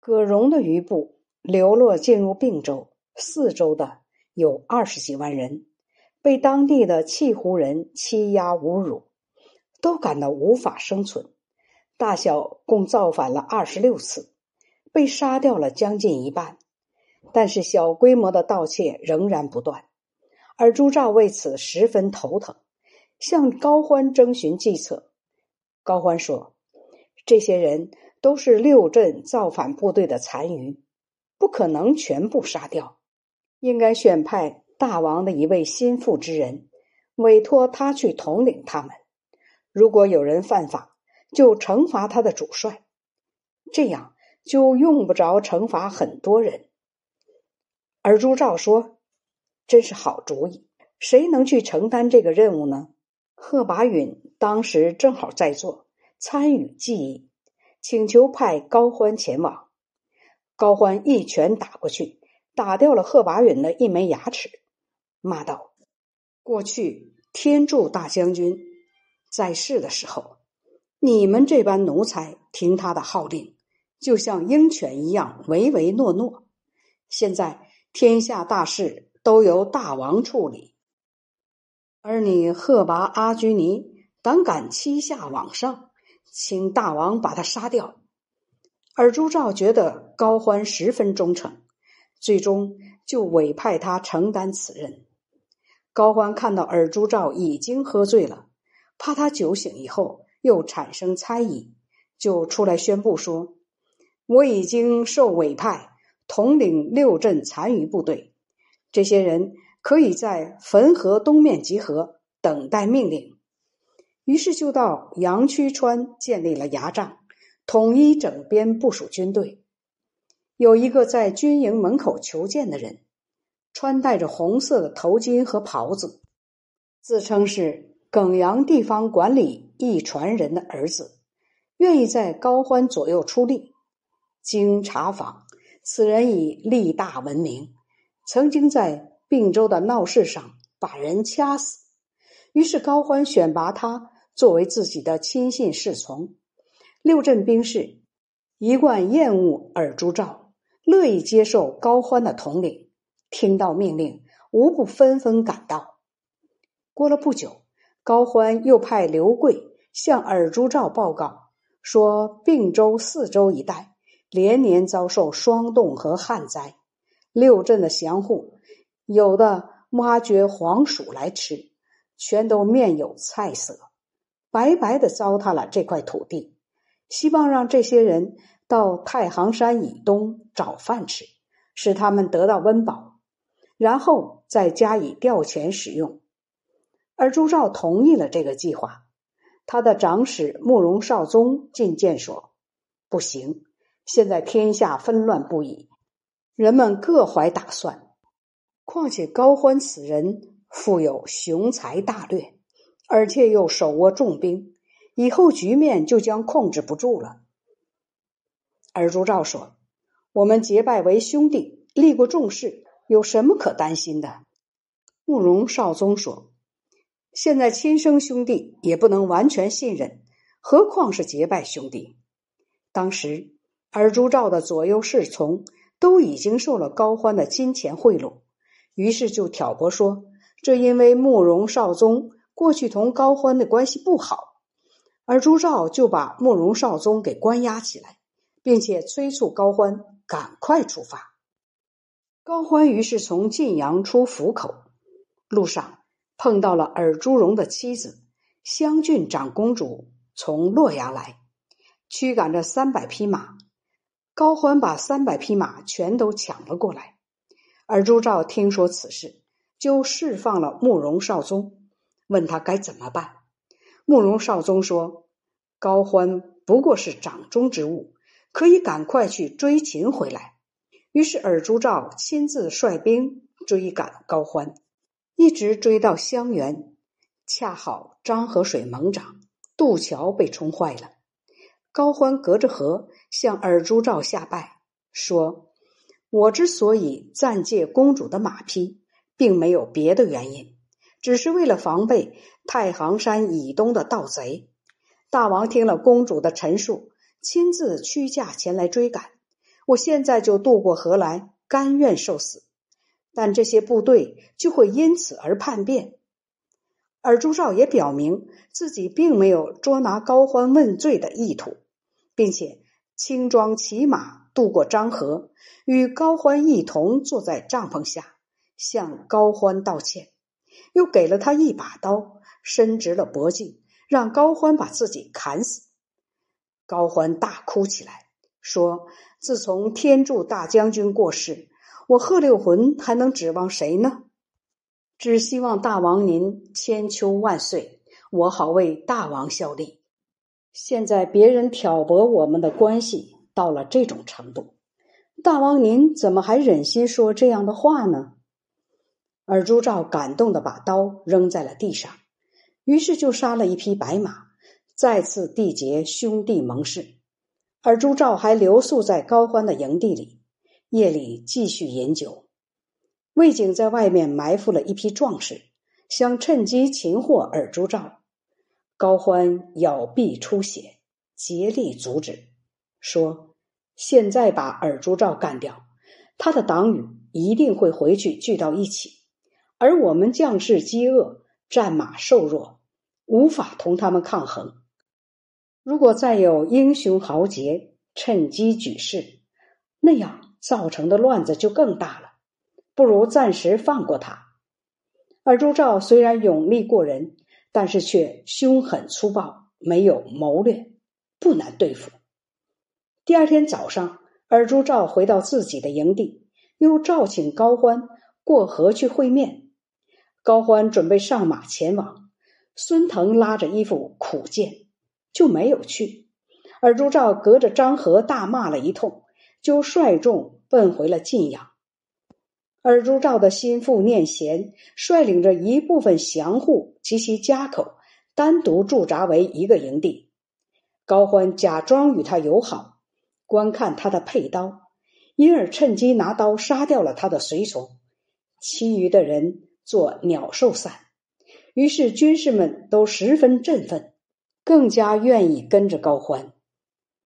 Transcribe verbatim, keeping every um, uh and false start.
葛荣的余部流落进入并州，四州的有二十几万人，被当地的契胡人欺压侮辱，都感到无法生存。大小共造反了二十六次，被杀掉了将近一半，但是小规模的盗窃仍然不断。而朱兆为此十分头疼，向高欢征询计策。高欢说，这些人都是六镇造反部队的残余，不可能全部杀掉，应该选派大王的一位心腹之人，委托他去统领他们。如果有人犯法，就惩罚他的主帅，这样就用不着惩罚很多人。而朱兆说，真是好主意，谁能去承担这个任务呢？贺拔允当时正好在座，参与计议，请求派高欢前往。高欢一拳打过去，打掉了贺拔允的一枚牙齿，骂道，过去天柱大将军在世的时候，你们这般奴才听他的号令，就像鹰犬一样唯唯诺诺。现在天下大事都由大王处理，而你贺拔阿居尼胆敢欺下罔上，请大王把他杀掉。而朱兆觉得高欢十分忠诚，最终就委派他承担此任。高欢看到尔朱兆已经喝醉了，怕他酒醒以后又产生猜疑，就出来宣布说，我已经受委派统领六镇残余部队，这些人可以在汾河东面集合，等待命令。于是就到阳曲川建立了牙帐，统一整编部署军队。有一个在军营门口求见的人，穿戴着红色的头巾和袍子，自称是耿阳地方管理一传人的儿子，愿意在高欢左右出力。经查访，此人以力大闻名，曾经在并州的闹市上把人掐死。于是高欢选拔他作为自己的亲信侍从。六镇兵士一贯厌恶尔朱兆，乐意接受高欢的统领，听到命令无不纷纷赶到。过了不久，高欢又派刘贵向尔朱兆报告说，并州四州一带连年遭受霜冻和旱灾，六镇的降户有的挖掘黄薯来吃，全都面有菜色，白白的糟蹋了这块土地，希望让这些人到太行山以东找饭吃，使他们得到温饱，然后再加以调遣使用。而朱兆同意了这个计划。他的长史慕容绍宗进谏说，不行，现在天下纷乱不已，人们各怀打算，况且高欢此人富有雄才大略，而且又手握重兵，以后局面就将控制不住了。而朱兆说，我们结拜为兄弟，立过重誓，有什么可担心的？慕容绍宗说，现在亲生兄弟也不能完全信任，何况是结拜兄弟。当时尔朱兆的左右侍从都已经受了高欢的金钱贿赂，于是就挑拨说，这因为慕容绍宗过去同高欢的关系不好，而朱兆就把慕容绍宗给关押起来，并且催促高欢赶快出发。高欢于是从晋阳出府口，路上碰到了尔朱荣的妻子襄郡长公主从洛阳来，驱赶着三百匹马。高欢把三百匹马全都抢了过来。尔朱兆听说此事，就释放了慕容绍宗，问他该怎么办。慕容绍宗说，高欢不过是掌中之物，可以赶快去追擒回来。于是尔朱兆亲自率兵追赶高欢，一直追到襄垣，恰好漳河水猛涨，渡桥被冲坏了。高欢隔着河向尔朱兆下拜，说，我之所以暂借公主的马匹，并没有别的原因，只是为了防备太行山以东的盗贼。大王听了公主的陈述，亲自驱驾前来追赶， 我现在就渡过河来，甘愿受死。但这些部队就会因此而叛变。尔朱兆也表明自己并没有捉拿高欢问罪的意图，并且轻装骑马渡过漳河，与高欢一同坐在帐篷下，向高欢道歉，又给了他一把刀，伸直了脖颈，让高欢把自己砍死。高欢大哭起来，说自从天柱大将军过世，我贺六浑还能指望谁呢？只希望大王您千秋万岁，我好为大王效力。现在别人挑拨我们的关系到了这种程度，大王您怎么还忍心说这样的话呢？尔朱兆感动地把刀扔在了地上，于是就杀了一匹白马，再次缔结兄弟盟誓。尔朱兆还留宿在高欢的营地里，夜里继续饮酒。魏景在外面埋伏了一批壮士，想趁机擒获尔朱兆。高欢咬臂出血，竭力阻止，说现在把尔朱兆干掉，他的党羽一定会回去聚到一起，而我们将士饥饿，战马瘦弱，无法同他们抗衡。如果再有英雄豪杰趁机举事，那样造成的乱子就更大了，不如暂时放过他。尔朱兆虽然勇力过人，但是却凶狠粗暴，没有谋略，不难对付。第二天早上，尔朱兆回到自己的营地，又召请高欢过河去会面。高欢准备上马前往，孙腾拉着一副苦剑，就没有去。尔朱兆隔着漳河大骂了一通，就率众奔回了晋阳。尔朱兆的心腹念贤率领着一部分降户及其家口，单独驻扎为一个营地。高欢假装与他友好，观看他的佩刀，因而趁机拿刀杀掉了他的随从，其余的人做鸟兽散。于是军士们都十分振奋，更加愿意跟着高欢。